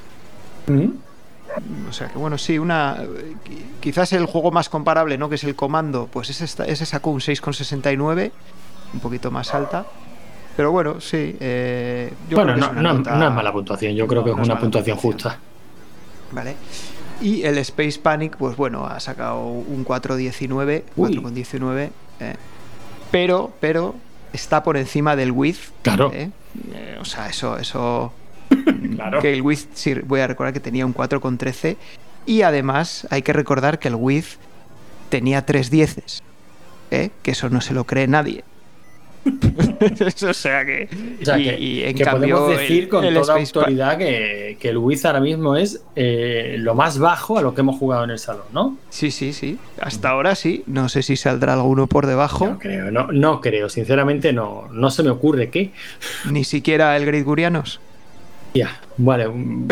O sea que bueno, sí, quizás el juego más comparable, ¿no? Que es el Comando, pues ese sacó un 6,69, un poquito más alta. Pero bueno, sí. Bueno, no es mala puntuación, yo creo que es una puntuación justa. Vale. Y el Space Panic, pues bueno, ha sacado un 4,19, pero está por encima del Width. Claro. O sea, eso claro. Que el Width, sí, voy a recordar que tenía un 4,13, y además hay que recordar que el Width tenía 3 dieces, que eso no se lo cree nadie. O sea que y en cambio podemos decir con toda autoridad que el Wiz ahora mismo es lo más bajo a lo que hemos jugado en el salón, ¿no? Sí. Hasta ahora sí. No sé si saldrá alguno por debajo. No creo. Sinceramente no se me ocurre qué. Ni siquiera el Great Gurianos. Ya, vale.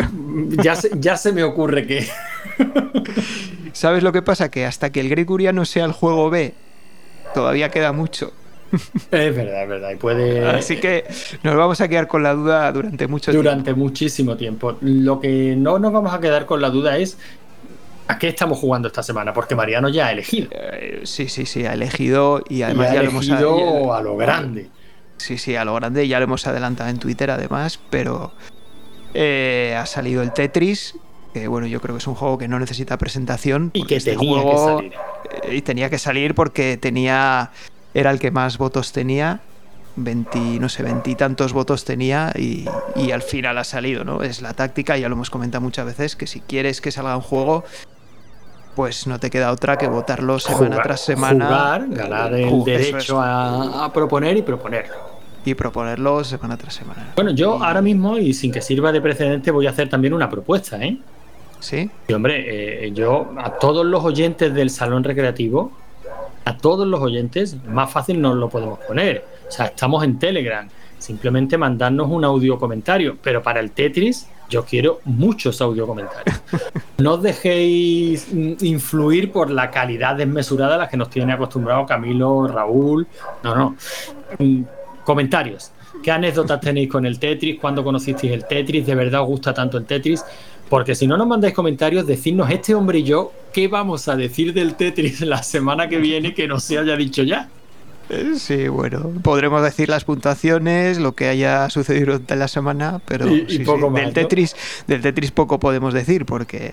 Ya se me ocurre que... ¿Sabes lo que pasa? Que hasta que el Great Gurianos sea el juego B, todavía queda mucho. Es verdad. Y puede... Así que nos vamos a quedar con la duda durante muchísimo tiempo. Lo que no nos vamos a quedar con la duda es ¿a qué estamos jugando esta semana? Porque Mariano ya ha elegido. Sí, ha elegido y además ya lo hemos elegido a lo grande. Sí, a lo grande, ya lo hemos adelantado en Twitter además, pero ha salido el Tetris, que bueno, yo creo que es un juego que no necesita presentación. Y que tenía que salir. Y tenía que salir porque era el que más votos tenía, 20 y tantos votos tenía y al final ha salido, ¿no? Es la táctica, ya lo hemos comentado muchas veces, que si quieres que salga un juego, pues no te queda otra que votarlo semana tras semana. Ganar el derecho a proponer y proponerlo. Y proponerlo semana tras semana. Bueno, yo ahora mismo, y sin que sirva de precedente, voy a hacer también una propuesta, ¿eh? ¿Sí? Y hombre, yo a todos los oyentes del Salón Recreativo, a todos los oyentes, más fácil no lo podemos poner. O sea, estamos en Telegram. Simplemente mandarnos un audio comentario. Pero para el Tetris, yo quiero muchos audio comentarios. No os dejéis influir por la calidad desmesurada a la que nos tiene acostumbrado Camilo, Raúl. No. Comentarios. ¿Qué anécdotas tenéis con el Tetris? ¿Cuándo conocisteis el Tetris? ¿De verdad os gusta tanto el Tetris? Porque si no nos mandáis comentarios, decidnos este hombre y yo qué vamos a decir del Tetris la semana que viene que no se haya dicho ya. Sí, bueno, podremos decir las puntuaciones, lo que haya sucedido durante la semana, pero y poco más, del Tetris poco podemos decir porque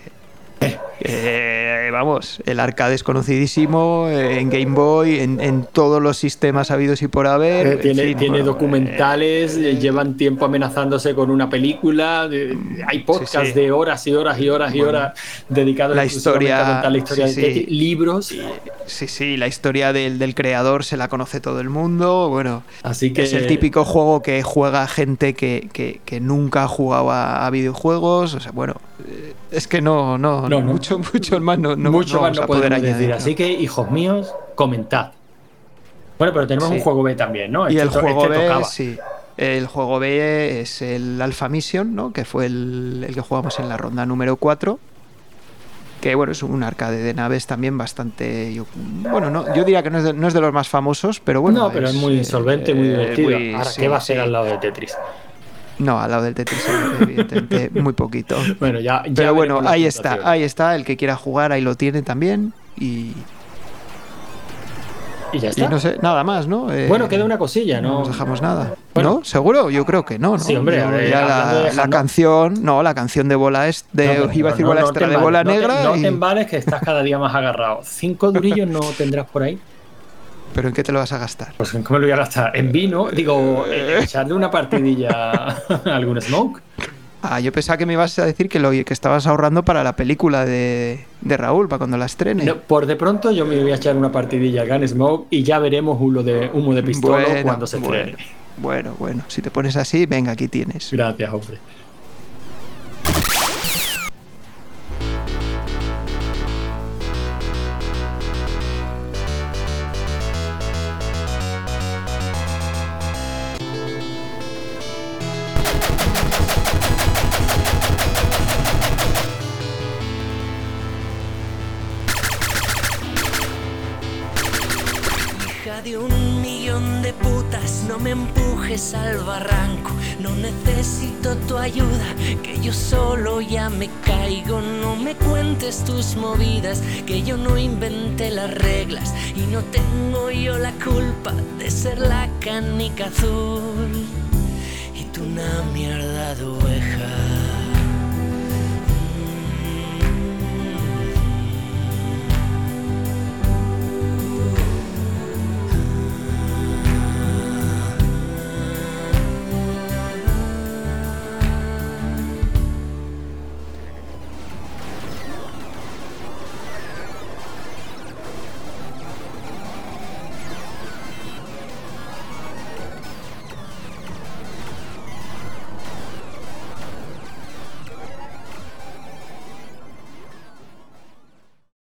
vamos, el arcade es conocidísimo en Game Boy, en todos los sistemas habidos y por haber. Tiene documentales, llevan tiempo amenazándose con una película, hay podcasts de horas y horas dedicados a contar la historia de Tetris, libros. Sí, la historia del creador se la conoce todo el mundo. Bueno, así que es el típico juego que juega gente que nunca ha jugado a videojuegos. O sea, bueno, es que no. Mucho más no vamos a poder añadir. Así que, hijos míos, comentad. Bueno, pero tenemos un juego B también, ¿no? Y el juego B, tocaba. Sí. El juego B es el Alpha Mission, ¿no? Que fue el que jugamos en la ronda número 4. Que bueno, es un arcade de naves también bastante... Yo diría que no es de los más famosos, pero bueno... No, pero es muy solvente, muy divertido. Ahora, ¿qué va a ser al lado de Tetris? No, al lado del Tetris, evidentemente, muy poquito. Bueno, pero bueno, ahí está. El que quiera jugar, ahí lo tiene también. Y ya está. Y no sé, nada más, ¿no? Bueno, queda una cosilla, ¿no? No nos dejamos nada. Bueno, ¿no? ¿Seguro? Yo creo que no. Sí, hombre. La canción de bola iba a decir bola extra de bola negra. No te embales que estás cada día más agarrado. 5 durillos no tendrás por ahí. ¿Pero en qué te lo vas a gastar? Pues ¿en cómo lo voy a gastar? ¿En vino? Digo, echarle una partidilla a algún Smoke. Yo pensaba que me ibas a decir que estabas ahorrando para la película de Raúl, para cuando la estrene. No, por de pronto yo me voy a echar una partidilla a Gunsmoke y ya veremos humo de pistola cuando se estrene. Bueno, si te pones así, venga, aquí tienes. Gracias, hombre. De 1.000.000 de putas, no me empujes al barranco. No necesito tu ayuda, que yo solo ya me caigo. No me cuentes tus movidas, que yo no inventé las reglas. Y no tengo yo la culpa de ser la canica azul y tú una mierda de oveja.